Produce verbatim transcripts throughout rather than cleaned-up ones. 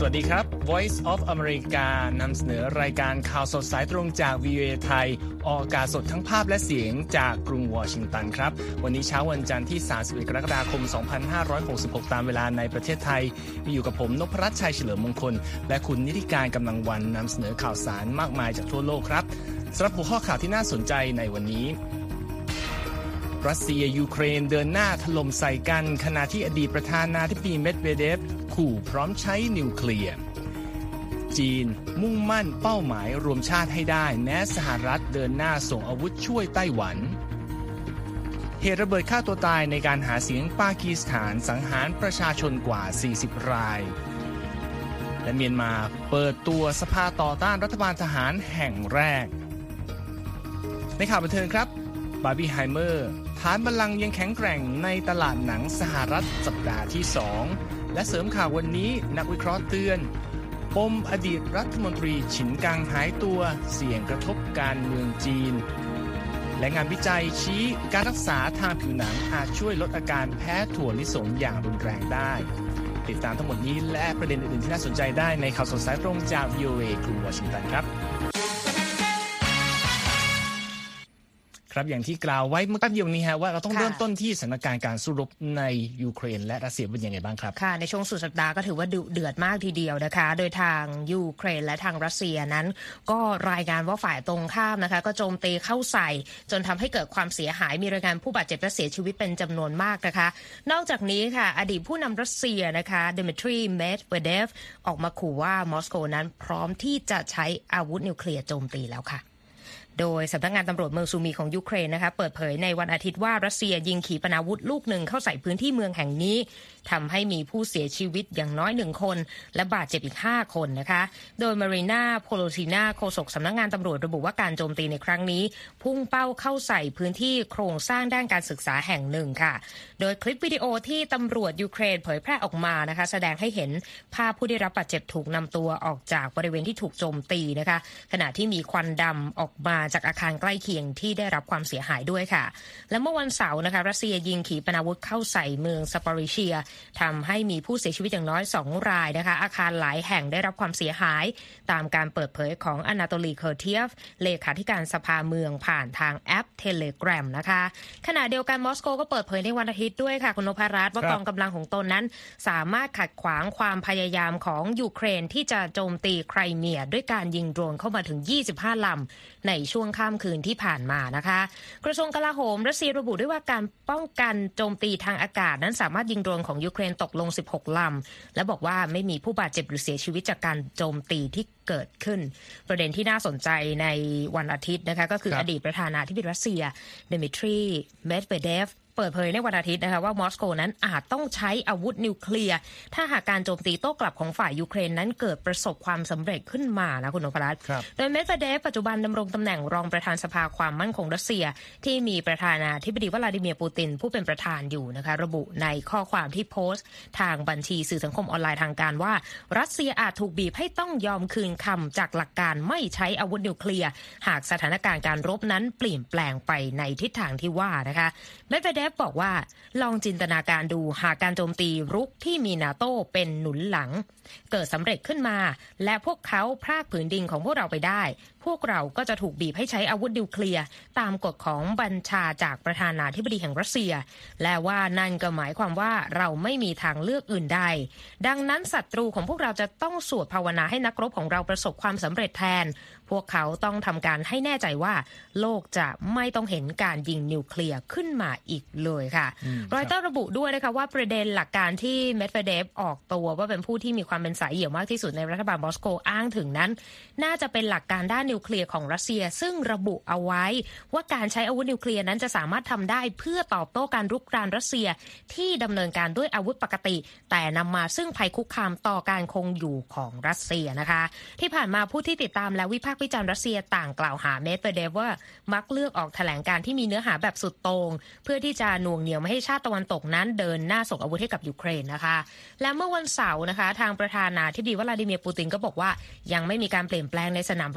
วัสดีครับ Voice of America นำเสนอรายการข่าวสดสายตรงจาก วี โอ เอ ไทยออกอากาศสดทั้งภาพและเสียงจากกรุงวอชิงตันครับวันนี้เช้าวันจันทร์ที่สามสิบเอ็ดกรกฎาคมสองพันห้าร้อยหกสิบหกตามเวลาในประเทศไทยมีอยู่กับผมนพรัตน์ชัยเฉลิมมงคลและคุณนิติการกำลังวันนำเสนอข่าวสารมากมายจากทั่วโลกครับสำหรับหัวข้อข่าวที่น่าสนใจในวันนี้รัสเซียยูเครนเดินหน้าถล่มใส่กันขณะที่อดีตประธานาธิบดีเมดเวเดฟขู่พร้อมใช้นิวเคลียร์จีนมุ่งมั่นเป้าหมายรวมชาติให้ได้แม้สหรัฐเดินหน้าส่งอาวุธช่วยไต้หวันเหตุระเบิดฆ่าตัวตายในการหาเสียงปากีสถานสังหารประชาชนกว่าสี่สิบรายและเมียนมาเปิดตัวสภาต่อต้านรัฐบาลทหารแห่งแรกในข่าวบันเทิงครับบาร์บี้ไฮเมอร์ฐานบัลลังก์ยังแข็งแกร่งในตลาดหนังสหรัฐสัปดาห์ที่สองและเสริมข่าววันนี้นักวิเคราะห์เตือนปมอดีตรัฐมนตรีฉินกังหายตัวเสี่ยงกระทบการเมืองจีนและงานวิจัยชี้การรักษาทางผิวหนังอาจช่วยลดอาการแพ้ถั่วลิสงอย่างรุนแรงได้ติดตามทั้งหมดนี้และประเด็นอื่นๆที่น่าสนใจได้ในข่าวสดสายตรงจาก วี โอ เอ กรุงวอชิงตันครับครับอย่างที่กล่าวไว้เมื่อแป๊บเดียวนี้ฮะว่าเราต้องเริ่มต้นที่สถานการณ์การสู้รบในยูเครนและรัสเซียเป็นยังไงบ้างครับค่ะในช่วงสุดสัปดาห์ก็ถือว่าดุเดือดมากทีเดียวนะคะโดยทางยูเครนและทางรัสเซียนั้นก็รายงานว่าฝ่ายตรงข้ามนะคะก็โจมตีเข้าใส่จนทำให้เกิดความเสียหายมีรายงานผู้บาดเจ็บและเสียชีวิตเป็นจำนวนมากนะคะนอกจากนี้ค่ะอดีตผู้นำรัสเซียนะคะดิมิทรีเมดเวเดฟออกมาขู่ว่ามอสโกนั้นพร้อมที่จะใช้อาวุธนิวเคลียร์โจมตีแล้วค่ะโดยสำนักงานตำรวจเมืองซูมีของยูเครนนะคะเปิดเผยในวันอาทิตย์ว่ารัสเซียยิงขีปนาวุธลูกหนึ่งเข้าใส่พื้นที่เมืองแห่งนี้ทำให้มีผู้เสียชีวิตอย่างน้อยหนึ่งคนและบาดเจ็บอีกห้าคนนะคะโดยมารีนาโพโลซินาโฆษกสำนักงานตำรวจระบุว่าการโจมตีในครั้งนี้พุ่งเป้าเข้าใส่พื้นที่โครงสร้างด้านการศึกษาแห่งหนึ่งค่ะโดยคลิปวิดีโอที่ตำรวจยูเครนเผยแพร่ออกมานะคะแสดงให้เห็นภาพผู้ได้รับบาดเจ็บถูกนำตัวออกจากบริเวณที่ถูกโจมตีนะคะขณะที่มีควันดำออกมาจากอาคารใกล้เคียงที่ได้รับความเสียหายด้วยค่ะและเมื่อวันเสาร์นะคะรัสเซียยิงขีปนาวุธเข้าใส่เมืองซาปอริเชียทำให้มีผู้เสียชีวิตอย่างน้อยสองรายนะคะอาคารหลายแห่งได้รับความเสียหายตามการเปิดเผยของอนาโตลีเคอร์เทียฟเลขาธิการสภาเมืองผ่านทางแอป Telegram นะคะขณะเดียวกันมอสโกก็เปิดเผยในวันอาทิตย์ด้วยค่ะคุณนพรัตน์ว่ากองกำลังของตนนั้นสามารถขัดขวางความพยายามของยูเครนที่จะโจมตีไครเมียด้วยการยิงโดรนเข้ามาถึงยี่สิบห้าลำในช่วงค่ำคืนที่ผ่านมานะคะกระทรวงกลาโหมรัสเซียระบุด้วยว่าการป้องกันโจมตีทางอากาศนั้นสามารถยิงโดรนของยูเครนตกลงสิบหกลำและบอกว่าไม่มีผู้บาดเจ็บหรือเสียชีวิตจากการโจมตีที่เกิดขึ้นประเด็นที่น่าสนใจในวันอาทิตย์นะคะก็คืออดีตประธานาธิบดีรัสเซียดิมิทรีเมดเวเดฟเปิดเผยในวันอาทิตย์นะคะว่ามอสโกนั้นอาจต้องใช้อาวุธนิวเคลียร์ถ้าหากการโจมตีโต้กลับของฝ่ายยูเครนนั้นเกิดประสบความสำเร็จขึ้นมานะคุณนพรัตน์โดยเมดเวเดฟปัจจุบันดำรงตำแหน่งรองประธานสภาความมั่นคงรัสเซียที่มีประธานาธิบดีวลาดิเมียร์ปูตินผู้เป็นประธานอยู่นะคะระบุในข้อความที่โพสต์ทางบัญชีสื่อสังคมออนไลน์ทางการว่ารัสเซียอาจถูกบีบให้ต้องยอมคืนคำจากหลักการไม่ใช้อาวุธนิวเคลียร์หากสถานการณ์การรบนั้นเปลี่ยนแปลงไปในทิศทางที่ว่านะคะเมดเวเดฟบอกว่าลองจินตนาการดูหากการโจมตีรุกที่มีนาโต้เป็นหนุนหลังเกิดสำเร็จขึ้นมาและพวกเขาพรากผืนดินของพวกเราไปได้พวกเราก็จะถูกบีบให้ใช้อาวุธนิวเคลียร์ตามกฎของบัญชาจากประธานาธิบดีแห่งรัสเซียและว่านั่นก็หมายความว่าเราไม่มีทางเลือกอื่นใดดังนั้นศัตรูของพวกเราจะต้องสวดภาวนาให้นักรบของเราประสบความสำเร็จแทนพวกเขาต้องทำการให้แน่ใจว่าโลกจะไม่ต้องเห็นการยิงนิวเคลียร์ขึ้นมาอีกเลยค่ะรอยเตอร์ระบุด้วยนะคะว่าประเด็นหลักการที่เมดเวเดฟออกตัวว่าเป็นผู้ที่มีความเป็นสายเหี่ยวมากที่สุดในรัฐบาลมอสโกอ้างถึงนั้นน่าจะเป็นหลักการด้านนิวเคลียร์ของรัสเซียซึ่งระบุเอาไว้ว่าการใช้อาวุธนิวเคลียร์นั้นจะสามารถทำได้เพื่อตอบโต้การรุกรานรัสเซียที่ดำเนินการด้วยอาวุธปกติแต่นำมาซึ่งภัยคุกคามต่อการคงอยู่ของรัสเซียนะคะที่ผ่านมาผู้ที่ติดตามและวิพากษ์วิจารณ์รัสเซียต่างกล่าวหาเมดเวเดฟว่ามักเลือกออกแถลงการที่มีเนื้อหาแบบสุดโต่งเพื่อที่จะหน่วงเหนี่ยวไม่ให้ชาติตะวันตกนั้นเดินหน้าส่งอาวุธให้กับยูเครนนะคะและเมื่อวันเสาร์นะคะทางประธานาธิบดีวลาดิเมียร์ปูตินก็บอกว่ายังไม่มีการเปลี่ยนแปลงในสนามรบมากมาย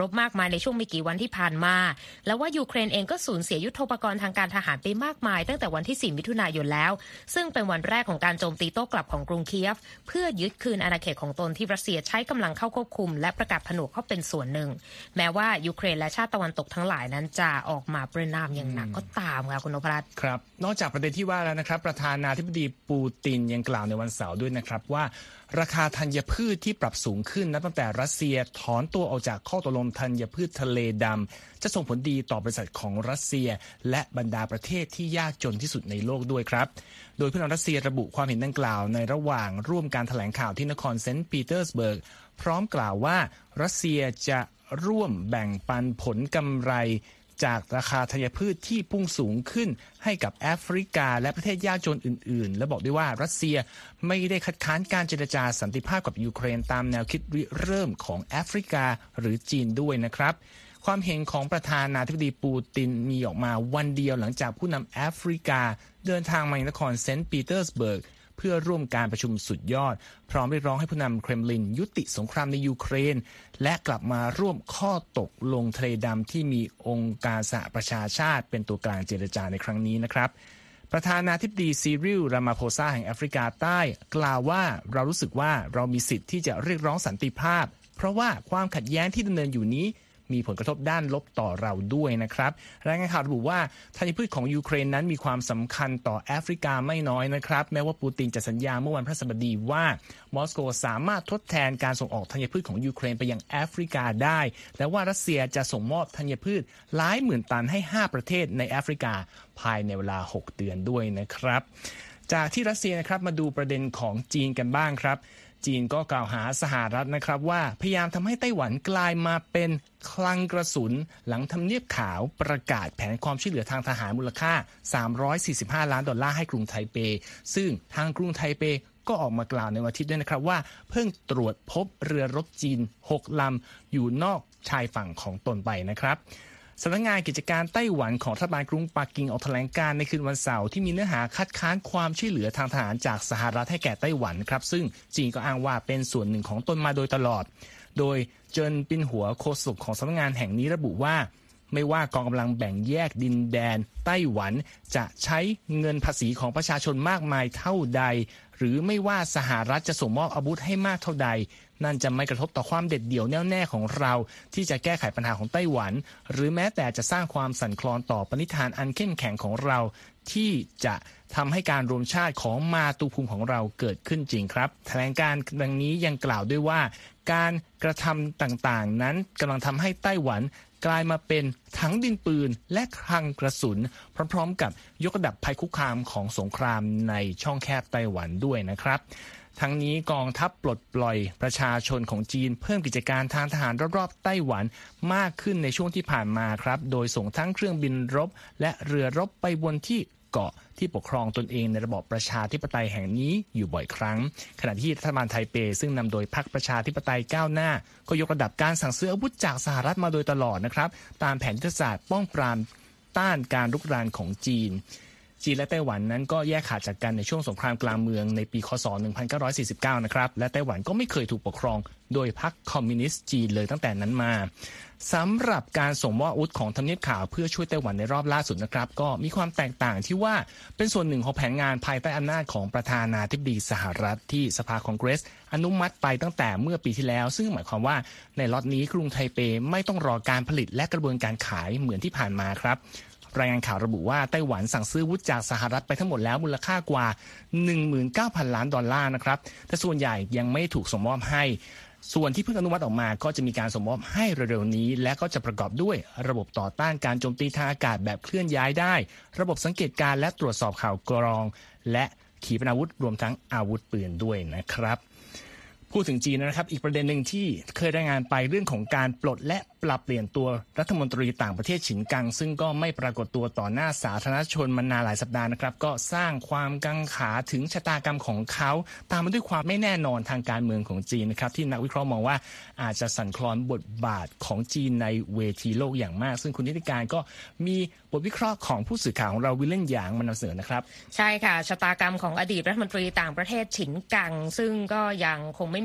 ายในช่วงไม่กี่วันที่ผ่านมาแล้วว่ายูเครนเองก็สูญเสียยุทโธปกรณ์ทางการทหารไปมากมายตั้งแต่วันที่สี่มิถุนายนแล้วซึ่งเป็นวันแรกของการโจมตีโต้กลับของกรุงเคียฟเพื่อยึดคืนอาณาเขตของตนที่รัสเซียใช้กำลังเข้าควบคุมและประกาศผนวกเข้าเป็นส่วนหนึ่งแม้ว่ายูเครนและชาติตะวันตกทั้งหลายนั้นจะออกมาประณามอย่างหนักก็ตามค่ะคุณนพรัตน์ครับนอกจากประเด็นที่ว่าแล้วนะครับประธานาธิบดีปูตินยังกล่าวในวันเสาร์ด้วยนะครับว่าราคาธัญพืชที่ปรับสูงขึ้นนับตั้งแต่รัสเซียถอนตัวออกจากข้อตกลงธัญพืชทะเลดำจะส่งผลดีต่อบริษัทของรัสเซียและบรรดาประเทศที่ยากจนที่สุดในโลกด้วยครับโดยผู้นำรัสเซียระบุความเห็นดังกล่าวในระหว่างร่วมการแถลงข่าวที่นครเซนต์ปีเตอร์สเบิร์กพร้อมกล่าวว่ารัสเซียจะร่วมแบ่งปันผลกำไรจากราคาธัญพืชที่พุ่งสูงขึ้นให้กับแอฟริกาและประเทศยากจนอื่นๆและบอกด้วยว่ารัสเซียไม่ได้คัดค้านการเจรจาสันติภาพกับยูเครนตามแนวคิดริเริ่มของแอฟริกาหรือจีนด้วยนะครับความเห็นของประธานาธิบดีปูตินมีออกมาวันเดียวหลังจากผู้นำแอฟริกาเดินทางมายังนครเซนต์ปีเตอร์สเบิร์กเพื่อร่วมการประชุมสุดยอดพร้อมเรียกร้องให้ผู้นำเครมลินยุติสงครามในยูเครนและกลับมาร่วมข้อตกลงทะเลดำที่มีองค์การสหประชาชาติเป็นตัวกลางเจรจาในครั้งนี้นะครับประธานาธิบดีซีริล รามาโพซาแห่งแอฟริกาใต้กล่าวว่าเรารู้สึกว่าเรามีสิทธิ์ที่จะเรียกร้องสันติภาพเพราะว่าความขัดแย้งที่ดำเนินอยู่นี้มีผลกระทบด้านลบต่อเราด้วยนะครับรายงานข่าวระบุว่าธัญพืชของยูเครนนั้นมีความสำคัญต่อแอฟริกาไม่น้อยนะครับแม้ว่าปูตินจะสัญญาเมื่อวันพฤหัสบดีว่ามอสโกสามารถทดแทนการส่งออกธัญพืชของยูเครนไปยังแอฟริกาได้และว่ารัสเซียจะส่งมอบธัญพืชหลายหมื่นตันให้ห้าประเทศในแอฟริกาภายในเวลาหกเดือนด้วยนะครับจากที่รัสเซียนะครับมาดูประเด็นของจีนกันบ้างครับจีนก็กล่าวหาสหรัฐนะครับว่าพยายามทำให้ไต้หวันกลายมาเป็นคลังกระสุนหลังทำเนียบขาวประกาศแผนความช่วยเหลือทางทหารมูลค่าสามร้อยสี่สิบห้าล้านดอลลาร์ให้กรุงไทเปซึ่งทางกรุงไทเปก็ออกมากล่าวในวันอาทิตย์ด้วยนะครับว่าเพิ่งตรวจพบเรือรบจีนหกลำอยู่นอกชายฝั่งของตนไปนะครับสำนักงานกิจการไต้หวันของรัฐบาลกรุงปักกิ่งออกแถลงการณ์ในคืนวันเสาร์ที่มีเนื้อหาคัดค้านความช่วยเหลือทางทหารจากสหรัฐให้แก่ไต้หวันครับซึ่งจีนก็อ้างว่าเป็นส่วนหนึ่งของตนมาโดยตลอดโดยเจินปินหัวโฆษกของสำนักงานแห่งนี้ระบุว่าไม่ว่ากองกำลังแบ่งแยกดินแดนไต้หวันจะใช้เงินภาษีของประชาชนมากมายเท่าใดหรือไม่ว่าสหรัฐจะส่งมอบอาวุธให้มากเท่าใดนั่นจะไม่กระทบต่อความเด็ดเดี่ยวแน่วแน่ของเราที่จะแก้ไขปัญหาของไต้หวันหรือแม้แต่จะสร้างความสั่นคลอนต่อปณิธานอันเข้มแข็งของเราที่จะทำให้การรวมชาติของมาตุภูมิของเราเกิดขึ้นจริงครับแถลงการณ์ดังนี้ยังกล่าวด้วยว่าการกระทำต่างๆนั้นกำลังทำให้ไต้หวันกลายมาเป็นถังดินปืนและคลังกระสุนพร้อมๆกับยกระดับภัยคุกคามของสงครามในช่องแคบไต้หวันด้วยนะครับทั้งนี้กองทัพปลดปล่อยประชาชนของจีนเพิ่มกิจการทางทหารรอบๆไต้หวันมากขึ้นในช่วงที่ผ่านมาครับโดยส่งทั้งเครื่องบินรบและเรือรบไปบนที่เกาะที่ปกครองตนเองในระบอบประชาธิปไตยแห่งนี้อยู่บ่อยครั้งขณะที่รัฐบาลไทเปซึ่งนำโดยพรรคประชาธิปไตยก้าวหน้าก็ยกระดับการสั่งซื้ออาวุธจากสหรัฐมาโดยตลอดนะครับตามแผนยุทธศาสตร์ป้องปรามต้านการรุกรานของจีนจีนและไต้หวันนั้นก็แยกขาดจากกันในช่วงสงครามกลางเมืองในปีค.ศ. หนึ่งพันเก้าร้อยสี่สิบเก้านะครับและไต้หวันก็ไม่เคยถูกปกครองโดยพรรคคอมมิวนิสต์จีนเลยตั้งแต่นั้นมาสำหรับการส่งมอบอาวุธของทำเนียบขาวเพื่อช่วยไต้หวันในรอบล่าสุดนะครับก็มีความแตกต่างที่ว่าเป็นส่วนหนึ่งของแผนงานภายใต้อำนาจของประธานาธิบดีสหรัฐที่สภาคองเกรสอนุมัติไปตั้งแต่เมื่อปีที่แล้วซึ่งหมายความว่าในล็อตนี้กรุงไทเปไม่ต้องรอการผลิตและกระบวนการขายเหมือนที่ผ่านมาครับรายงานข่าวระบุว่าไต้หวันสั่งซื้ออาวุธจากสหรัฐไปทั้งหมดแล้วมูลค่ากว่า หนึ่งหมื่นเก้าพัน ล้านดอลลาร์นะครับแต่ส่วนใหญ่ยังไม่ถูกส่งมอบให้ส่วนที่เพิ่งอนุมัติออกมาก็จะมีการส่งมอบให้เร็วๆนี้และก็จะประกอบด้วยระบบต่อต้านการโจมตีทางอากาศแบบเคลื่อนย้ายได้ระบบสังเกตการณ์และตรวจสอบข่าวกรองและขีปนาวุธรวมทั้งอาวุธปืนด้วยนะครับพูดถึงจีนนะครับอีกประเด็นหนึ่งที่เคยรายงานไปเรื่องของการปลดและปรับเปลี่ยนตัวรัฐมนตรีต่างประเทศฉินกังซึ่งก็ไม่ปรากฏตัวต่อหน้าสาธารณชนมานานหลายสัปดาห์นะครับก็สร้างความกังขาถึงชะตากรรมของเขาตามมาด้วยความไม่แน่นอนทางการเมืองของจีนนะครับที่นักวิเคราะห์มองว่าอาจจะสั่นคลอนบทบาทของจีนในเวทีโลกอย่างมากซึ่งคุณนิติการก็มีบทวิเคราะห์ของผู้สื่อข่าวของเราวิลเลียนหยางมานำเสนอนะครับใช่ค่ะชะตากรรมของอดีตรัฐมนตรีต่างประเทศฉินกังซึ่งก็ยังคงไม่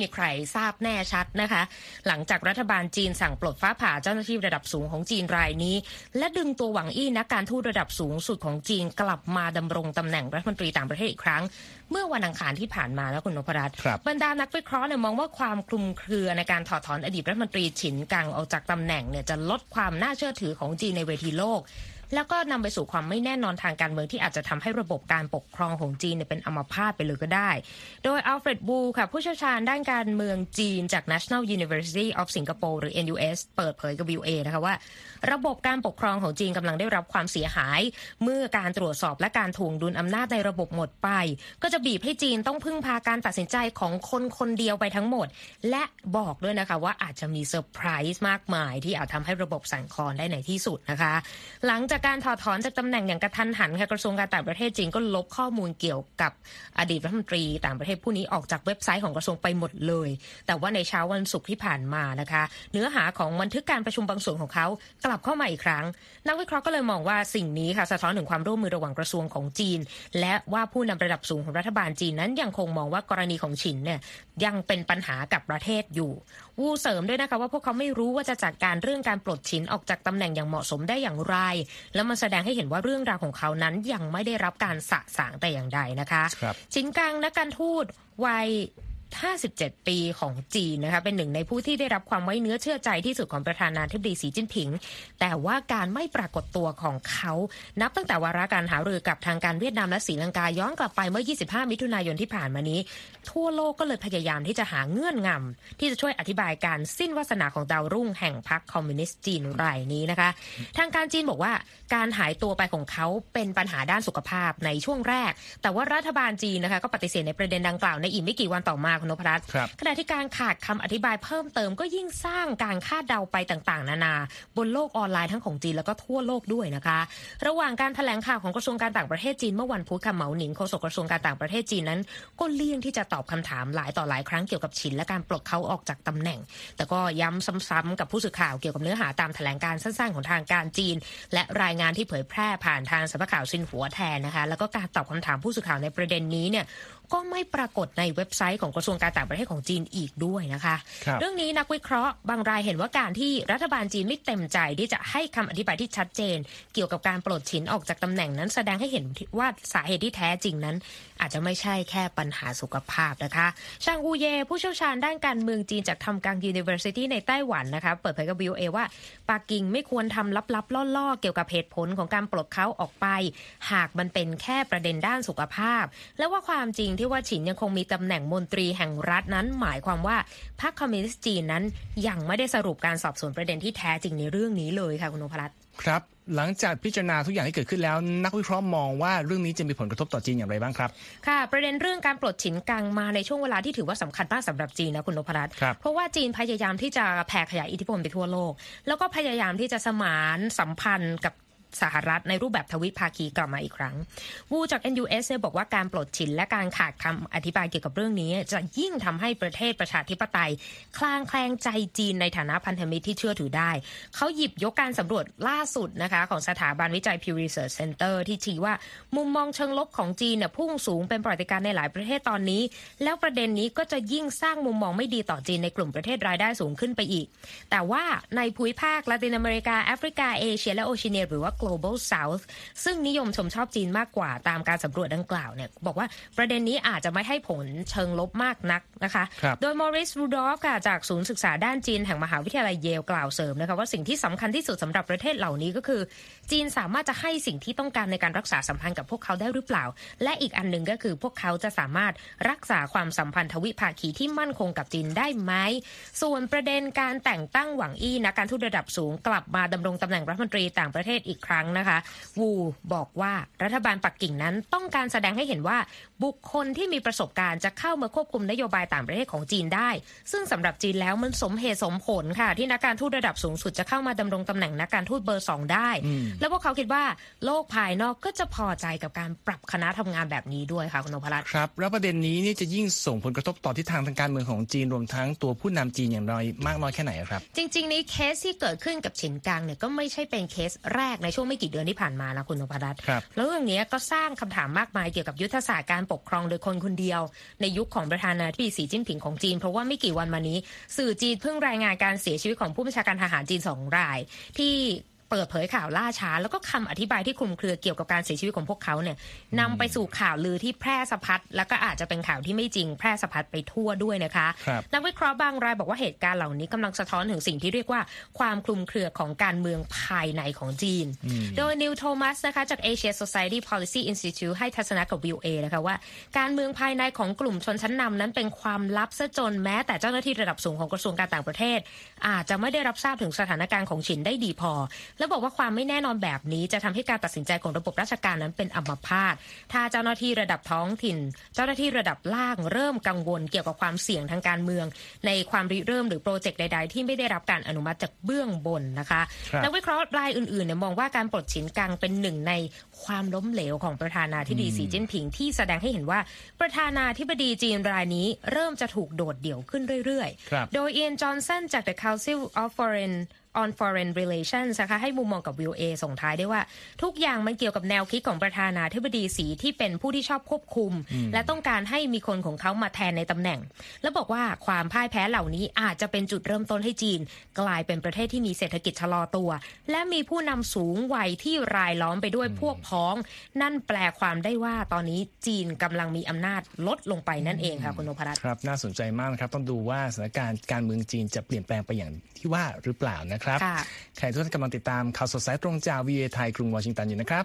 มีใครทราบแน่ชัดนะคะหลังจากรัฐบาลจีนสั่งปลดฟ้าผ่าเจ้าหน้าที่ระดับสูงของจีนรายนี้และดึงตัวหวังอี้นักการทูตระดับสูงสุดของจีนกลับมาดำรงตำแหน่งรัฐมนตรีต่างประเทศอีกครั้งเมื่อวันอังคารที่ผ่านมาแล้วคุณนพรัตน์บรรดานักวิเคราะห์เนี่ยมองว่าความคลุมเครือในการถอดถอนอดีตรัฐมนตรีฉินกังออกจากตำแหน่งเนี่ยจะลดความน่าเชื่อถือของจีนในเวทีโลกแล้วก็นำไปสู่ความไม่แน่นอนทางการเมืองที่อาจจะทำให้ระบบการปกครองของจีนเนี่ยเป็นอัมพาตไปเลยก็ได้โดยอัลเฟรดบูค่ะผู้เชี่ยวชาญด้านการเมืองจีนจาก National University of Singapore หรือ เอ็น ยู เอส เปิดเผยกับ วี โอ เอ นะคะว่าระบบการปกครองของจีนกำลังได้รับความเสียหายเมื่อการตรวจสอบและการถ่วงดุลอำนาจในระบบหมดไปก็จะบีบให้จีนต้องพึ่งพาการตัดสินใจของคนคนเดียวไปทั้งหมดและบอกด้วยนะคะว่าอาจจะมีเซอร์ไพรส์มากมายที่อาจทำให้ระบบสั่นคลอนได้ในที่สุดนะคะหลังจากการถอดถอนจากตำแหน่งอย่างกระทันหันค่ะกระทรวงการต่างประเทศจีนก็ลบข้อมูลเกี่ยวกับอดีตรัฐมนตรีต่างประเทศผู้นี้ออกจากเว็บไซต์ของกระทรวงไปหมดเลยแต่ว่าในเช้าวันศุกร์ที่ผ่านมานะคะเนื้อหาของบันทึกการประชุมบางส่วนของเขากลับเข้ามาอีกครั้งนักวิเคราะห์ก็เลยมองว่าสิ่งนี้ค่ะสะท้อนถึงความร่วมมือระหว่างกระทรวงของจีนและว่าผู้นำระดับสูงของรัฐบาลจีนนั้นยังคงมองว่ากรณีของฉินเนี่ยยังเป็นปัญหากับประเทศอยู่วูเสริมด้วยนะคะว่าพวกเขาไม่รู้ว่าจะจัดการเรื่องการปลดฉินออกจากตำแหน่งอย่างเหมาะสมได้อย่างไรแล้วมันแสดงให้เห็นว่าเรื่องราวของเขานั้นยังไม่ได้รับการสะสางแต่อย่างใดนะคะฉินกังนักการทูตวัยห้าสิบเจ็ดปีของจีนนะคะเป็นหนึ่งในผู้ที่ได้รับความไว้เนื้อเชื่อใจที่สุดของประธานาธิบดีสีจิ้นผิงแต่ว่าการไม่ปรากฏตัวของเขานับตั้งแต่วาระการหารือกับทางการเวียดนามและศรีลังกาย้อนกลับไปเมื่อยี่สิบห้ามิถุนายนที่ผ่านมานี้ทั่วโลกก็เลยพยายามที่จะหาเงื่อนงำที่จะช่วยอธิบายการสิ้นวาสนาของดาวรุ่งแห่งพรรคคอมมิวนิสต์จีนรายนี้นะคะทางการจีนบอกว่าการหายตัวไปของเขาเป็นปัญหาด้านสุขภาพในช่วงแรกแต่ว่ารัฐบาลจีนนะคะก็ปฏิเสธในประเด็นดังกล่าวในอีกไม่กี่วันต่อมาคุณนพรัตน์ขณะที่การขาดคำอธิบายเพิ่มเติมก็ยิ่งสร้างการคาดเดาไปต่างๆนานาบนโลกออนไลน์ทั้งของจีนแล้วก็ทั่วโลกด้วยนะคะระหว่างการแถลงข่าวของกระทรวงการต่างประเทศจีนเมื่อวันพุธค่ะเหมาหนิงโฆษกกระทรวงการต่างประเทศจีนนั้นก็เลี่ยงที่จะตอบคำถามหลายต่อหลายครั้งเกี่ยวกับฉินและการปลดเขาออกจากตำแหน่งแต่ก็ย้ำซ้ำๆกับผู้สื่อข่าวเกี่ยวกับเนื้อหาตามแถลงการสั้นๆของทางการจีนและรายงานที่เผยแพร่ผ่านทางสำนักข่าวซินหัวแทนนะคะแล้วก็การตอบคำถามผู้สื่อข่าวในประเด็นนี้เนี่ยก็ไม่ปรากฏในเว็บไซต์ของกระทรวงการต่างประเทศของจีนอีกด้วยนะคะเรื่องนี้นักวิเคราะห์บางรายเห็นว่าการที่รัฐบาลจีนไม่เต็มใจที่จะให้คำอธิบายที่ชัดเจนเกี่ยวกับการปลดฉินออกจากตำแหน่งนั้นแสดงให้เห็นว่าสาเหตุที่แท้จริงนั้นอาจจะไม่ใช่แค่ปัญหาสุขภาพนะคะชางอูเย่ผู้เชี่ยวชาญด้านการเมืองจีนจากทำกัง University ในไต้หวันนะคะเปิดเผยกับ วี โอ เอ ว่าปักกิ่งไม่ควรทำลับๆล่อๆเกี่ยวกับเหตุผลของการปลดเขาออกไปหากมันเป็นแค่ประเด็นด้านสุขภาพและว่าความจริงที่ว่าฉินยังคงมีตำแหน่งมนตรีแห่งรัฐนั้นหมายความว่าพรรคคอมมิวนิสต์จีนนั้นยังไม่ได้สรุปการสอบสวนประเด็นที่แท้จริงในเรื่องนี้เลยค่ะคุณนพรัตน์ครับหลังจากพิจารณาทุกอย่างที่เกิดขึ้นแล้วนักวิเคราะห์มองว่าเรื่องนี้จะมีผลกระทบต่อจีนอย่างไรบ้างครับค่ะประเด็นเรื่องการปลดฉินกังมาในช่วงเวลาที่ถือว่าสำคัญมากสำหรับจีนนะคุณนพรัตน์เพราะว่าจีนพยายามที่จะแผ่ขยายอิทธิพลไปทั่วโลกแล้วก็พยายามที่จะสมานสัมพันธ์กับสหรัฐในรูปแบบทวิภาคีกลับมาอีกครั้งวูจาก เอ็น ยู เอส บอกว่าการปลดฉินและการขาดคำอธิบายเกี่ยวกับเรื่องนี้จะยิ่งทำให้ประเทศประชาธิปไตยคลางแคลงใจจีนในฐานะพันธมิตรที่เชื่อถือได้เขาหยิบยกการสำรวจล่าสุดนะคะของสถาบันวิจัย Pew Research Center ที่ชี้ว่ามุมมองเชิงลบของจีนเนี่ยพุ่งสูงเป็นประวัติการณ์ในหลายประเทศตอนนี้แล้วประเด็นนี้ก็จะยิ่งสร้างมุมมองไม่ดีต่อจีนในกลุ่มประเทศรายได้สูงขึ้นไปอีกแต่ว่าในภูมิภาคละตินอเมริกาแอฟริกาเอเชียและโอเชียเนียหรือว่า Global Southซึ่งนิยมชมชอบจีนมากกว่าตามการสำรวจดังกล่าวเนี่ยบอกว่าประเด็นนี้อาจจะไม่ให้ผลเชิงลบมากนักนะคะโดยมอริส รูดอฟค่ะจากศูนย์ศึกษาด้านจีนแห่งมหาวิทยาลัยเยลกล่าวเสริมนะคะว่าสิ่งที่สำคัญที่สุดสำหรับประเทศเหล่านี้ก็คือจีนสามารถจะให้สิ่งที่ต้องการในการรักษาสัมพันธ์กับพวกเขาได้หรือเปล่าและอีกอันหนึ่งก็คือพวกเขาจะสามารถรักษาความสัมพันธ์ทวิภาคีที่มั่นคงกับจีนได้ไหมส่วนประเด็นการแต่งตั้งหวังอี้นักการทูตระดับสูงกลับมาดำรงตำแหน่งรัฐมนตรีต่างประเทศอีกครั้งนะคะวูบอกว่ารัฐบาลปักกิ่งนั้นต้องการแสดงให้เห็นว่าบุคคลที่มีประสบการณ์จะเข้ามาควบคุมนโยบายต่างประเทศของจีนได้ซึ่งสำหรับจีนแล้วมันสมเหตุสมผลค่ะที่นักการทูตระดับสูงสุดจะเข้ามาดำรงตำแหน่งนักการทูตเบอร์สองได้แล้วพวกเขาคิดว่าโลกภายนอกก็จะพอใจกับการปรับคณะทำงานแบบนี้ด้วยค่ะคุณนพรัตน์ครับแล้วประเด็นนี้นี่จะยิ่งส่งผลกระทบต่อทิศทางทางการเมืองของจีนรวมทั้งตัวผู้นำจีนอย่างไรมากน้อยแค่ไหนครับจริงๆนี้เคสที่เกิดขึ้นกับฉินกังเนี่ยก็ไม่ใช่เป็นเคสแรกในช่วงช่วงไม่กี่เดือนที่ผ่านมานะคุณนพรัตน์แล้วเรื่องนี้ก็สร้างคำถามมากมายเกี่ยวกับยุทธศาสตร์การปกครองโดยคนคนเดียวในยุคของประธานาธิบดีสีจิ้นผิงของจีนเพราะว่าไม่กี่วันมานี้สื่อจีนเพิ่งรายงานการเสียชีวิตของผู้บัญชาการทหารจีนสองรายที่เปิดเผยข่าวล่าช้าแล้วก็คำอธิบายที่คลุมเครือเกี่ยวกับการเสียชีวิตของพวกเขาเนี่ยนำไปสู่ข่าวลือที่แพร่สะพัดแล้วก็อาจจะเป็นข่าวที่ไม่จริงแพร่สะพัดไปทั่วด้วยนะคะนักวิเคราะห์บางรายบอกว่าเหตุการณ์เหล่านี้กำลังสะท้อนถึงสิ่งที่เรียกว่าความคลุมเครือของการเมืองภายในของจีนโดยนิวโทมัสนะคะจาก Asia Society Policy Institute ให้ทัศนะกับ วี โอ เอ นะคะว่าการเมืองภายในของกลุ่มชนชั้นนำนั้นเป็นความลับซะจนแม้แต่เจ้าหน้าที่ระดับสูงของกระทรวงการต่างประเทศอาจจะไม่ได้รับทราบถึงสถานการณ์ของฉินได้ดีพอและบอกว่าความไม่แน่นอนแบบนี้จะทำให้การตัดสินใจของระบบราชการนั้นเป็นอัมพาตถ้าเจ้าหน้าที่ระดับท้องถิ่นเจ้าหน้าที่ระดับล่างเริ่มกังวลเกี่ยวกับความเสี่ยงทางการเมืองในความริเริ่มหรือโปรเจกต์ใดๆที่ไม่ได้รับการอนุมัติจากเบื้องบนนะคะนักวิเคราะห์รายอื่นๆเนี่ยมองว่าการปลดฉินกังเป็นหนึ่งในความล้มเหลวของประธานาธิบดีสีจิ้นผิงที่แสดงให้เห็นว่าประธานาธิบดีจีนรายนี้เริ่มจะถูกโดดเดี่ยวขึ้นเรื่อยๆโดยเอียนจอห์นสันจาก The Council of Foreign on Foreign Relations นะคะให้มุมมองกับ วี โอ เอ ส่งท้ายได้ว่าทุกอย่างมันเกี่ยวกับแนวคิดของประธานาธิบดีสีที่เป็นผู้ที่ชอบควบคุมและต้องการให้มีคนของเขามาแทนในตำแหน่งและบอกว่าความพ่ายแพ้เหล่านี้อาจจะเป็นจุดเริ่มต้นให้จีนกลายเป็นประเทศที่มีเศรษฐกิจชะลอตัวและมีผู้นำสูงวัยที่รายล้อมไปด้วยพวกพ้องนั่นแปลความได้ว่าตอนนี้จีนกำลังมีอำนาจลดลงไปนั่นเองค่ะคุณนพรัตน์ครับน่าสนใจมากนะครับต้องดูว่าสถานการณ์การเมืองจีนจะเปลี่ยนแปลงไปอย่างที่ว่าหรือเปล่านะครับใครทุกท่านกำลังติดตามข่าวสดสายตรงจาก วี โอ เอ ไทยกรุงวอชิงตันอยู่นะครับ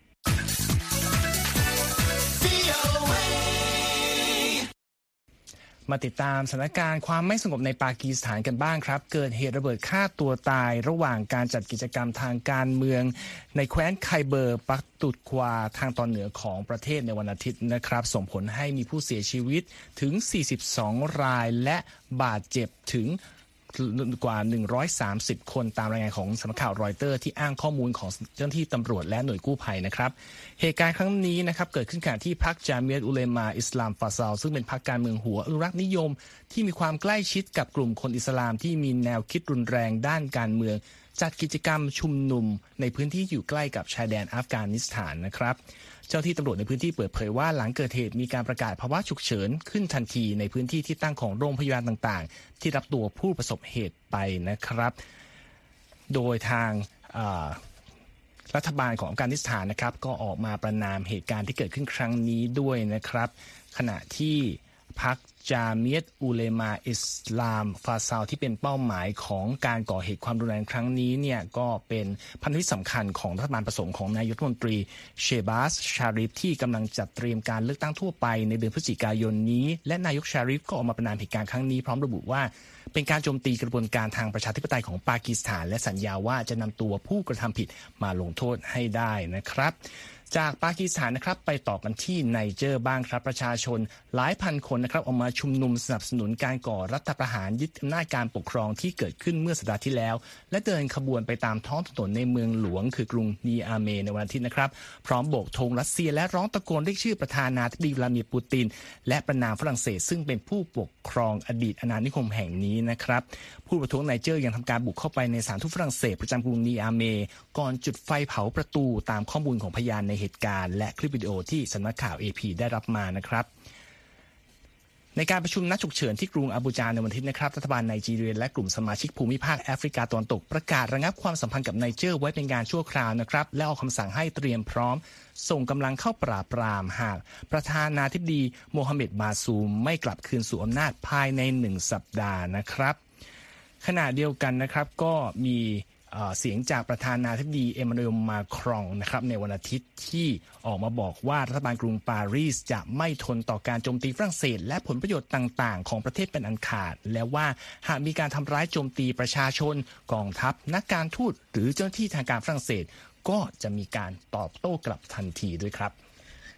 มาติดตามสถานการณ์ความไม่สงบในปากีสถานกันบ้างครับเกิดเหตุระเบิดฆ่าตัวตายระหว่างการจัดกิจกรรมทางการเมืองในแคว้นไคเบอร์ปักตุดควาทางตอนเหนือของประเทศในวันอาทิตย์นะครับส่งผลให้มีผู้เสียชีวิตถึงสี่สิบสองรายและบาดเจ็บถึงกว่าหนึ่งร้อยสามสิบคนตามรายงานของสำนักข่าวรอยเตอร์ที่อ้างข้อมูลของเจ้าหน้าที่ตำรวจและหน่วยกู้ภัยนะครับเหตุการณ์ครั้งนี้นะครับเกิดขึ้นขณะที่พรรคจามียะตุอุเลมาอิสลามฟาซาลซึ่งเป็นพรรคการเมืองหัวอนุรักษ์นิยมที่มีความใกล้ชิดกับกลุ่มคนอิสลามที่มีแนวคิดรุนแรงด้านการเมืองจัดกิจกรรมชุมนุมในพื้นที่อยู่ใกล้กับชายแดนอัฟกานิสถานนะครับเจ้าที่ตำรวจในพื้นที่เปิดเผยว่าหลังเกิดเหตุมีการประกาศภาวะฉุกเฉินขึ้นทันทีในพื้นที่ที่ตั้งของโรงพยาบาลต่างๆที่รับตัวผู้ประสบเหตุไปนะครับโดยทางรัฐบาลของอัฟกานิสถานนะครับก็ออกมาประณามเหตุการณ์ที่เกิดขึ้นครั้งนี้ด้วยนะครับขณะที่พรรคจามียะตุอุเลมาอิสลามฟาซาลที่เป็นเป้าหมายของการก่อเหตุความรุนแรงครั้งนี้เนี่ยก็เป็นพันธมิตรสำคัญของรัฐบาลผสมของนายกรัฐมนตรีเชบาสชาริฟที่กำลังจัดเตรียมการเลือกตั้งทั่วไปในเดือนพฤศจิกายนนี้และนายกชาริฟก็ออกมาประณามเหตุการณ์ครั้งนี้พร้อมระบุว่าเป็นการโจมตีกระบวนการทางประชาธิปไตยของปากีสถานและสัญญาว่าจะนำตัวผู้กระทำผิดมาลงโทษให้ได้นะครับจากปากีสถานนะครับไปต่อกันที่ไนเจอร์บ้างครับประชาชนหลายพันคนนะครับออกมาชุมนุมสนับสนุนการก่อรัฐประหารยึดอำนาจการปกครองที่เกิดขึ้นเมื่อสัปดาห์ที่แล้วและเดินขบวนไปตามท้องถนนในเมืองหลวงคือกรุงนีอาเมในวันอาทิตย์นะครับพร้อมโบกธงรัสเซียและร้องตะโกนเรียกชื่อประธานาธิบดีวลาดิเมียร์ปูตินและประณามฝรั่งเศสซึ่งเป็นผู้ปกครองอดีตอาณานิคมแห่งนี้นะครับผู้ประท้วงไนเจอร์ยังทำการบุกเข้าไปในสถานทูตฝรั่งเศสประจำกรุงนีอาเมก่อนจุดไฟเผาประตูตามข้อมูลของพยานในเหตุการณ์และคลิปวิดีโอที่สำนักข่าว เอ พี ได้รับมานะครับในการประชุมนัดฉุกเฉินที่กรุงอาบูจาในวันอาทิตย์นะครับรัฐบาลไนจีเรียและกลุ่มสมาชิกภูมิภาคแอฟริกาตะวันตกประกาศระงับความสัมพันธ์กับไนเจอร์ไว้เป็นการชั่วคราวนะครับและออกคำสั่งให้เตรียมพร้อมส่งกำลังเข้าปราบปรามหากประธานาธิบดีโมฮัมเหม็ดบาซูมไม่กลับคืนสู่อำนาจภายในหนึ่งสัปดาห์นะครับขณะเดียวกันนะครับก็มีเสียงจากประธานาธิบดีเอมานูเอลมาครองนะครับในวันอาทิตย์ที่ออกมาบอกว่ารัฐบาลกรุงปารีสจะไม่ทนต่อการโจมตีฝรั่งเศสและผลประโยชน์ต่างๆของประเทศเป็นอันขาดและว่าหากมีการทำร้ายโจมตีประชาชนกองทัพนักการทูตหรือเจ้าหน้าที่ทางการฝรั่งเศสก็จะมีการตอบโต้กลับทันทีด้วยครับ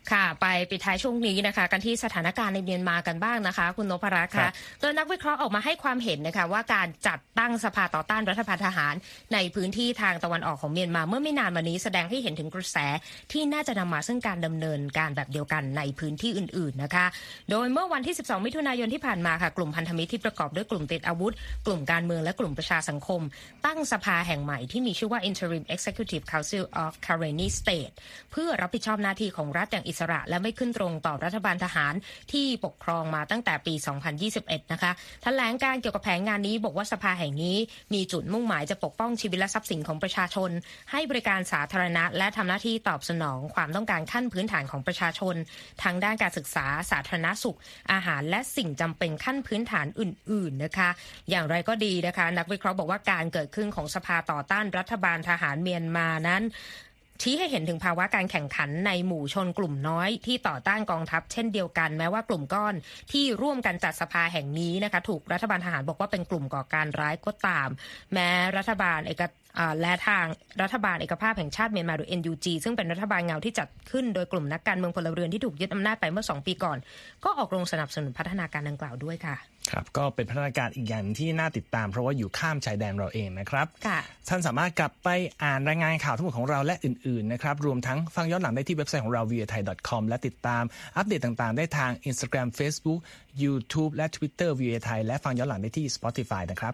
ค่ะไปปิดท้ายช่วงนี้นะคะกันที่สถานการณ์ในเมียนมากันบ้างนะคะคุณนพรัตน์ค่ะโดยนักวิเคราะห์ออกมาให้ความเห็นนะคะว่าการจัดตั้งสภาต่อต้านรัฐบาลทหารในพื้นที่ทางตะวันออกของเมียนมาเมื่อไม่นานมานี้แสดงให้เห็นถึงกระแสที่น่าจะนำมาซึ่งการดำเนินการแบบเดียวกันในพื้นที่อื่นๆนะคะโดยเมื่อวันที่สิบสองมิถุนายนที่ผ่านมาค่ะกลุ่มพันธมิตรที่ประกอบด้วยกลุ่มติดอาวุธกลุ่มการเมืองและกลุ่มประชาสังคมตั้งสภาแห่งใหม่ที่มีชื่อว่า Interim Executive Council of Karenni State เพื่อรับผิดชอบหน้าที่ของรัฐอย่างอิสระและไม่ขึ้นตรงต่อรัฐบาลทหารที่ปกครองมาตั้งแต่ปี สองพันยี่สิบเอ็ด นะคะแถลงการเกี่ยวกับแผนงานนี้บอกว่าสภาแห่งนี้มีจุดมุ่งหมายจะปกป้องชีวิตและทรัพย์สินของประชาชนให้บริการสาธารณะและทำหน้าที่ตอบสนองความต้องการขั้นพื้นฐานของประชาชนทั้งด้านการศึกษาสาธารณสุขอาหารและสิ่งจำเป็นขั้นพื้นฐานอื่นๆนะคะอย่างไรก็ดีนะคะนักวิเคราะห์บอกว่าการเกิดขึ้นของสภาต่อต้านรัฐบาลทหารเมียนมานั้นชี้ให้เห็นถึงภาวะการแข่งขันในหมู่ชนกลุ่มน้อยที่ต่อต้านกองทัพเช่นเดียวกันแม้ว่ากลุ่มก้อนที่ร่วมกันจัดสภาแห่งนี้นะคะถูกรัฐบาลทหารบอกว่าเป็นกลุ่มก่อการร้ายก็ตามแม้รัฐบาลเอกและทางรัฐบาลเอกภาพแห่งชาติเมียนมาหรือ เอ็น ยู จี ซึ่งเป็นรัฐบาลเงาที่จัดขึ้นโดยกลุ่มนักการเมืองพลเรือนที่ถูกยึดอำนาจไปเมื่อสองปีก่อนก็ออกโรงสนับสนุนพัฒนาการดังกล่าวด้วยค่ะครับก็เป็นพัฒนาการอีกอย่างที่น่าติดตามเพราะว่าอยู่ข้ามชายแดนเราเองนะครับค่ะท่านสามารถกลับไปอ่านรายงานข่าวทั้งหมดของเราและอื่นๆนะครับรวมทั้งฟังย้อนหลังได้ที่เว็บไซต์ของเรา วี โอ เอ ไทย ดอท คอม และติดตามอัปเดตต่างๆได้ทาง Instagram Facebook YouTube และ Twitter วี โอ เอ ไทยและฟังย้อนหลังได้ที่ Spotify นะครับ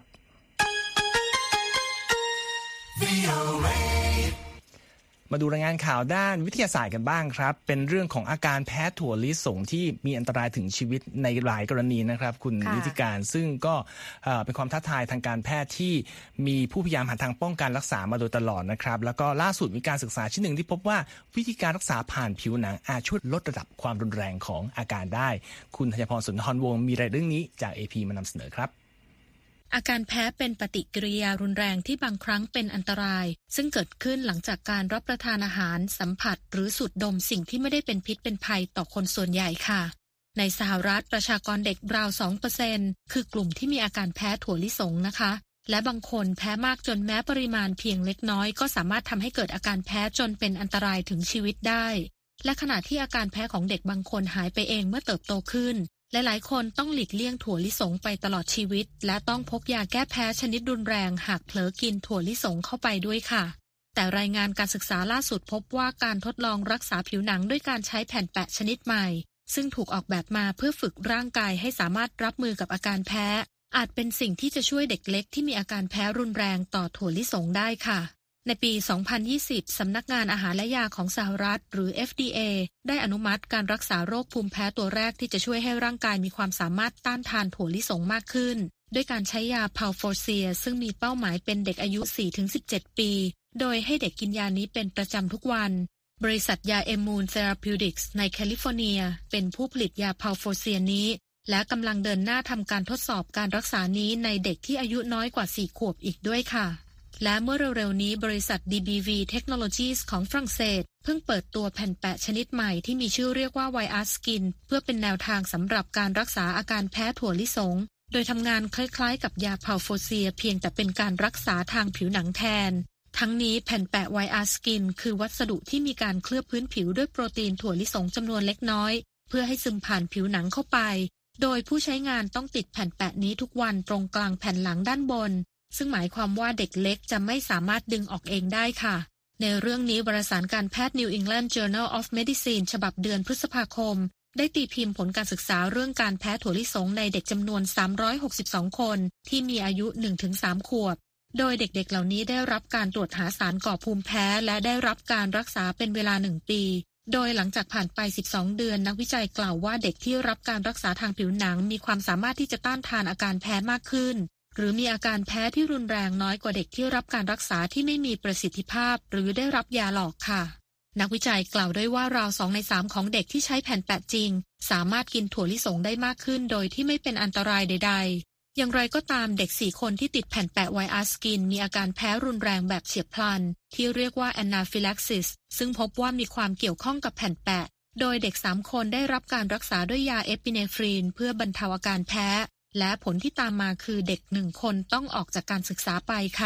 มาดูรายงานข่าวด้านวิทยาศาสตร์กันบ้างครับเป็นเรื่องของอาการแพ้ถั่วลิสงที่มีอันตรายถึงชีวิตในหลายกรณีนะครับคุณนิติการซึ่งก็เป็นความท้าทายทางการแพทย์ที่มีผู้พยายามหาทางป้องกันรักษามาโดยตลอดนะครับแล้วก็ล่าสุดมีการศึกษาชิ้นหนึ่งที่พบว่าวิธีการรักษาผ่านผิวหนังอาจช่วยลดระดับความรุนแรงของอาการได้คุณธัญพรสุนทรวงศ์มีรายเรื่องนี้จาก เอ พี มานำเสนอครับอาการแพ้เป็นปฏิกิริยารุนแรงที่บางครั้งเป็นอันตรายซึ่งเกิดขึ้นหลังจากการรับประทานอาหารสัมผัสหรือสูดดมสิ่งที่ไม่ได้เป็นพิษเป็นภัยต่อคนส่วนใหญ่ค่ะในสหรัฐประชากรเด็กราว สองเปอร์เซ็นต์ คือกลุ่มที่มีอาการแพ้ถั่วลิสงนะคะและบางคนแพ้มากจนแม้ปริมาณเพียงเล็กน้อยก็สามารถทำให้เกิดอาการแพ้จนเป็นอันตรายถึงชีวิตได้และขณะที่อาการแพ้ของเด็กบางคนหายไปเองเมื่อเติบโตขึ้นหลายๆคนต้องหลีกเลี่ยงถั่วลิสงไปตลอดชีวิตและต้องพกยาแก้แพ้ชนิดรุนแรงหากเผลอกินถั่วลิสงเข้าไปด้วยค่ะแต่รายงานการศึกษาล่าสุดพบว่าการทดลองรักษาผิวหนังด้วยการใช้แผ่นแปะชนิดใหม่ซึ่งถูกออกแบบมาเพื่อฝึกร่างกายให้สามารถรับมือกับอาการแพ้อาจเป็นสิ่งที่จะช่วยเด็กเล็กที่มีอาการแพ้รุนแรงต่อถั่วลิสงได้ค่ะในปี สองพันยี่สิบ สำนักงานอาหารและยาของสหรัฐหรือ เอฟ ดี เอ ได้อนุมัติการรักษาโรคภูมิแพ้ตัวแรกที่จะช่วยให้ร่างกายมีความสามารถต้านทานถั่วลิสงมากขึ้นด้วยการใช้ยาพาลโฟเซียซึ่งมีเป้าหมายเป็นเด็กอายุ สี่ถึงสิบเจ็ด ปีโดยให้เด็กกินยานี้เป็นประจำทุกวันบริษัทยาเอมมูนเทอราพิวติกส์ในแคลิฟอร์เนียเป็นผู้ผลิตยาพาลโฟเซียนี้และกำลังเดินหน้าทำการทดสอบการรักษานี้ในเด็กที่อายุน้อยกว่าสี่ขวบอีกด้วยค่ะและเมื่อเร็วๆนี้บริษัท ดี บี วี Technologies ของฝรั่งเศสเพิ่งเปิดตัวแผ่นแปะชนิดใหม่ที่มีชื่อเรียกว่า Vias Skin เพื่อเป็นแนวทางสำหรับการรักษาอาการแพ้ถั่วลิสงโดยทำงานคล้ายๆกับยาพาลโฟเซียเพียงแต่เป็นการรักษาทางผิวหนังแทนทั้งนี้แผ่นแปะ Vias Skin คือวัสดุที่มีการเคลือบพื้นผิวด้วยโปรตีนถั่วลิสงจำนวนเล็กน้อยเพื่อให้ซึมผ่านผิวหนังเข้าไปโดยผู้ใช้งานต้องติดแผ่นแปะนี้ทุกวันตรงกลางแผ่นหลังด้านบนซึ่งหมายความว่าเด็กเล็กจะไม่สามารถดึงออกเองได้ค่ะในเรื่องนี้วารสารการแพทย์ New England Journal of Medicine ฉบับเดือนพฤษภาคมได้ตีพิมพ์ผลการศึกษาเรื่องการแพ้ถั่วลิสงในเด็กจำนวนสามร้อยหกสิบสองคนที่มีอายุ หนึ่งถึงสาม ขวบโดยเด็กๆเหล่านี้ได้รับการตรวจหาสารก่อภูมิแพ้และได้รับการรักษาเป็นเวลาหนึ่งปีโดยหลังจากผ่านไปสิบสองเดือนนักวิจัยกล่าวว่าเด็กที่รับการรักษาทางผิวหนังมีความสามารถที่จะต้านทานอาการแพ้มากขึ้นหรือมีอาการแพ้ที่รุนแรงน้อยกว่าเด็กที่รับการรักษาที่ไม่มีประสิทธิภาพหรือได้รับยาหลอกค่ะนักวิจัยกล่าวด้วยว่าราวสองในสามของเด็กที่ใช้แผ่นแปะจริงสามารถกินถั่วลิสงได้มากขึ้นโดยที่ไม่เป็นอันตรายใดๆอย่างไรก็ตามเด็กสี่คนที่ติดแผ่นแปะ Vias Skin มีอาการแพ้รุนแรงแบบเฉียบพลันที่เรียกว่า Anaphylaxis ซึ่งพบว่ามีความเกี่ยวข้องกับแผ่นแปะโดยเด็กสามคนได้รับการรักษาด้วยยาเอพิเนฟรีนเพื่อบรรเทาอาการแพ้และผลที่ตามมาคือเด็กหนึ่งคนต้องออกจากการศึกษาไปค่ะ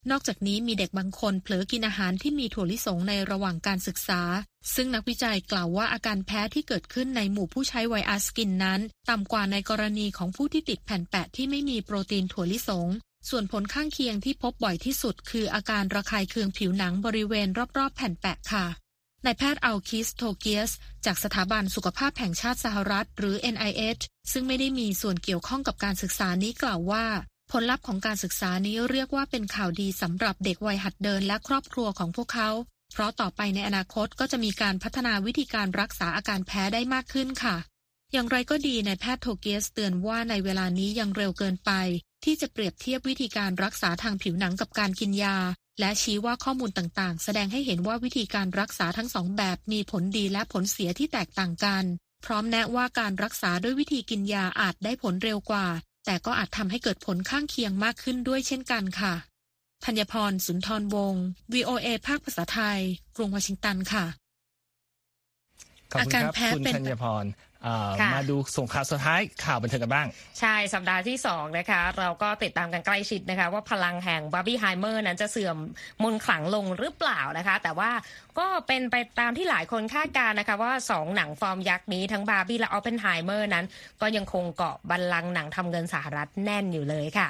นอกจากนี้มีเด็กบางคนเผลอกินอาหารที่มีถั่วลิสงในระหว่างการศึกษาซึ่งนักวิจัยกล่าวว่าอาการแพ้ที่เกิดขึ้นในหมู่ผู้ใช้ไวอัสกินนั้นต่ำกว่าในกรณีของผู้ที่ติดแผ่นแปะที่ไม่มีโปรตีนถั่วลิสงส่วนผลข้างเคียงที่พบบ่อยที่สุดคืออาการระคายเคืองผิวหนังบริเวณรอบๆแผ่นแปะค่ะนายแพทย์อัลคิสโทเกียสจากสถาบันสุขภาพแห่งชาติสหรัฐหรือ เอ็น ไอ เอช ซึ่งไม่ได้มีส่วนเกี่ยวข้องกับการศึกษานี้กล่าวว่าผลลัพธ์ของการศึกษานี้เรียกว่าเป็นข่าวดีสำหรับเด็กวัยหัดเดินและครอบครัวของพวกเขาเพราะต่อไปในอนาคตก็จะมีการพัฒนาวิธีการรักษาอาการแพ้ได้มากขึ้นค่ะอย่างไรก็ดีนายแพทย์โทเกียสเตือนว่าในเวลานี้ยังเร็วเกินไปที่จะเปรียบเทียบวิธีการรักษาทางผิวหนังกับการกินยาและชี้ว่าข้อมูลต่างๆแสดงให้เห็นว่าวิธีการรักษาทั้งสองแบบมีผลดีและผลเสียที่แตกต่างกันพร้อมแนะว่าการรักษาด้วยวิธีกินยาอาจได้ผลเร็วกว่าแต่ก็อาจทำให้เกิดผลข้างเคียงมากขึ้นด้วยเช่นกันค่ะธัญพรสุนทรวงศ์ วี โอ เอ ภาคภาษาไทยกรุงวอชิงตันค่ะขอบคุณครับคุณธัญพรมาดูส่งข่าวสุดท้ายข่าวบันเทิงกันบ้างใช่สัปดาห์ที่สองนะคะเราก็ติดตามกันใกล้ชิดนะคะว่าพลังแห่งบาร์บี้ไฮเมอร์นั้นจะเสื่อมมนต์ขลังลงหรือเปล่านะคะแต่ว่าก็เป็นไปตามที่หลายคนคาดการณ์นะคะว่าสองหนังฟอร์มยักษ์นี้ทั้งบาร์บี้และออปเพนไฮเมอร์นั้นก็ยังคงเกาะบัลลังก์หนังทำเงินสหรัฐแน่นอยู่เลยค่ะ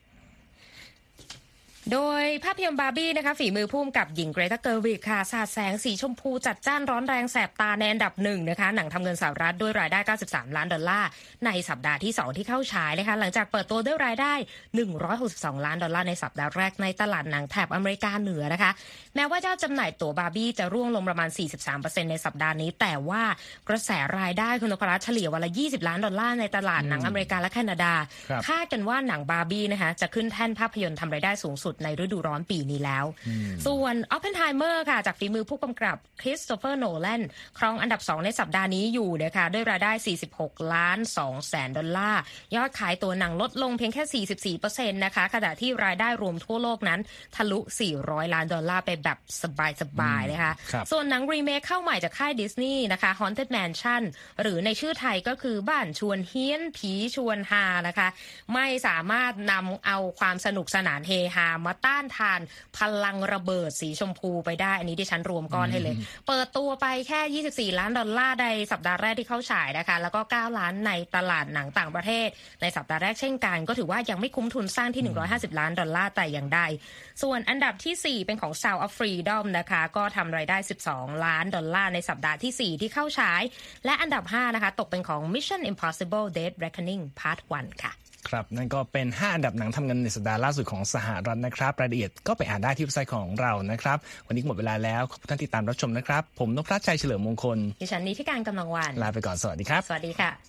โดยภาพยนตร์บาร์บี้นะคะฝีมือผู้กำกับหญิงเกรตา เกอร์วิกค่ะสาดแสงสีชมพูจัดจ้านร้อนแรงแสบตาในอันดับหนึ่งนะคะหนังทำเงินสหรัฐด้วยรายได้เก้าสิบสามล้านดอลลาร์ในสัปดาห์ที่สองที่เข้าฉายนะคะหลังจากเปิดตัวด้วยรายได้หนึ่งร้อยหกสิบสองล้านดอลลาร์ในสัปดาห์แรกในตลาดหนังแถบอเมริกาเหนือนะคะแม้ว่าเจ้าจำหน่ายตั๋วบาร์บี้จะร่วงลงประมาณ สี่สิบสามเปอร์เซ็นต์ ในสัปดาห์นี้แต่ว่ากระแสรายได้คุณนพรัตน์เฉลี่ยวันละยี่สิบล้านดอลลาร์ในตลาดหนังอเมริกาและแคนาดาคาดกันว่าหนังบาร์บี้นะคะจะขึ้นแท่นภาพยนตร์ทำรายได้สูงสุดในฤดูร้อนปีนี้แล้วส่วน Oppenheimer ค่ะจากฝีมือผู้กำกับคริสโตเฟอร์โนแลนครองอันดับสองในสัปดาห์นี้อยู่นะคะด้วยรายได้สี่สิบหกล้านสองแสนดอลลาร์ยอดขายตัวหนังลดลงเพียงแค่ สี่สิบสี่เปอร์เซ็นต์ นะคะขณะที่รายได้รวมทั่วโลกนั้นทะลุสี่ร้อยล้านดอลลาร์ไปแบบสบายๆนะคะส่วนหนังรีเมคเข้าใหม่จากค่ายดิสนีย์นะคะ Haunted Mansion หรือในชื่อไทยก็คือบ้านชวนเฮี้ยนผีชวนฮานะคะไม่สามารถนำเอาความสนุกสนานเฮฮามาต้านทานพลังระเบิดสีชมพูไปได้อันนี้ดิฉันรวมก้อนให้เลยเปิดตัวไปแค่ยี่สิบสี่ล้านดอลลาร์ในสัปดาห์แรกที่เข้าฉายนะคะแล้วก็เก้าล้านในตลาดหนังต่างประเทศในสัปดาห์แรกเช่นกันก็ถือว่ายังไม่คุ้มทุนสร้างที่หนึ่งร้อยห้าสิบล้านดอลลาร์แต่อย่างใดส่วนอันดับที่สี่เป็นของ Sound of Freedom นะคะก็ทำรายได้สิบสองล้านดอลลาร์ในสัปดาห์ที่สี่ที่เข้าฉายและอันดับห้านะคะตกเป็นของ Mission Impossible Dead Reckoning Part วันค่ะครับนั่นก็เป็นห้าอันดับหนังทำเงินในสัปดาห์ล่าสุดของสหรัฐนะครับรายละเอียดก็ไปอ่านได้ที่เว็บไซต์ของเรานะครับวันนี้หมดเวลาแล้วขอบคุณท่านติดตามรับชมนะครับผมนพรัตน์ชัยเฉลิมมงคลดิฉันนิธิการกำลังวานลาไปก่อนสวัสดีครับสวัสดีค่ะ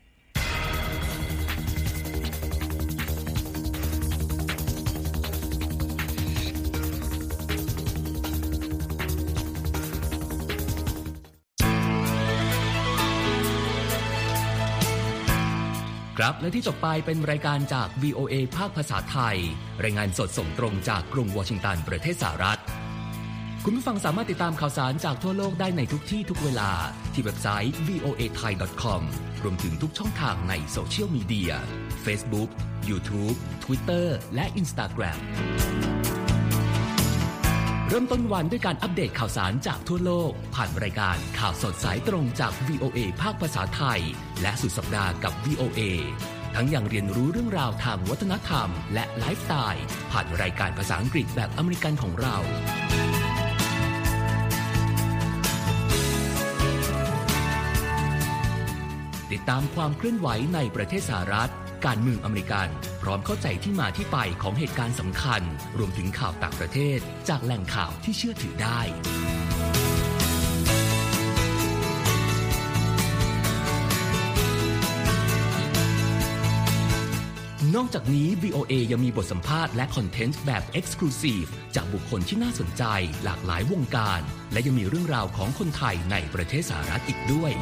ครับและที่จบไปเป็นรายการจาก วี โอ เอ ภาคภาษาไทยรายงานสดส่งตรงจากกรุงวอชิงตันประเทศสหรัฐคุณผู้ฟังสามารถติดตามข่าวสารจากทั่วโลกได้ในทุกที่ทุกเวลาที่เว็บไซต์ วี โอ เอ ไทย ดอท คอม รวมถึงทุกช่องทางในโซเชียลมีเดีย Facebook YouTube Twitter และ Instagram เริ่มต้นวันด้วยการอัปเดตข่าวสารจากทั่วโลกผ่านรายการข่าวสดสายตรงจาก วี โอ เอ ภาคภาษาไทยและสุดสัปดาห์กับ วี โอ เอ ทั้งยังเรียนรู้เรื่องราวทางวัฒนธรรมและไลฟ์สไตล์ผ่านรายการภาษาอังกฤษแบบอเมริกันของเราติดตามความเคลื่อนไหวในประเทศสหรัฐการเมืองอเมริกันพร้อมเข้าใจที่มาที่ไปของเหตุการณ์สำคัญรวมถึงข่าวต่างประเทศจากแหล่งข่าวที่เชื่อถือได้นอกจากนี้ วี โอ เอ ยังมีบทสัมภาษณ์และคอนเทนต์แบบ Exclusive จากบุคคลที่น่าสนใจหลากหลายวงการและยังมีเรื่องราวของคนไทยในประเทศสหรัฐอีกด้วย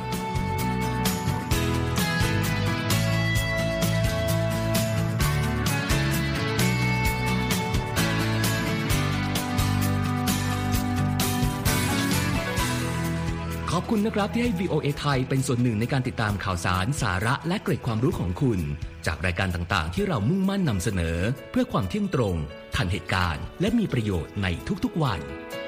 ขออบคุณนะครับที่ให้ วี โอ เอ ไทยเป็นส่วนหนึ่งในการติดตามข่าวสารสาระและเกร็ดความรู้ของคุณจากรายการต่างๆที่เรามุ่งมั่นนำเสนอเพื่อความเที่ยงตรงทันเหตุการณ์และมีประโยชน์ในทุกๆวัน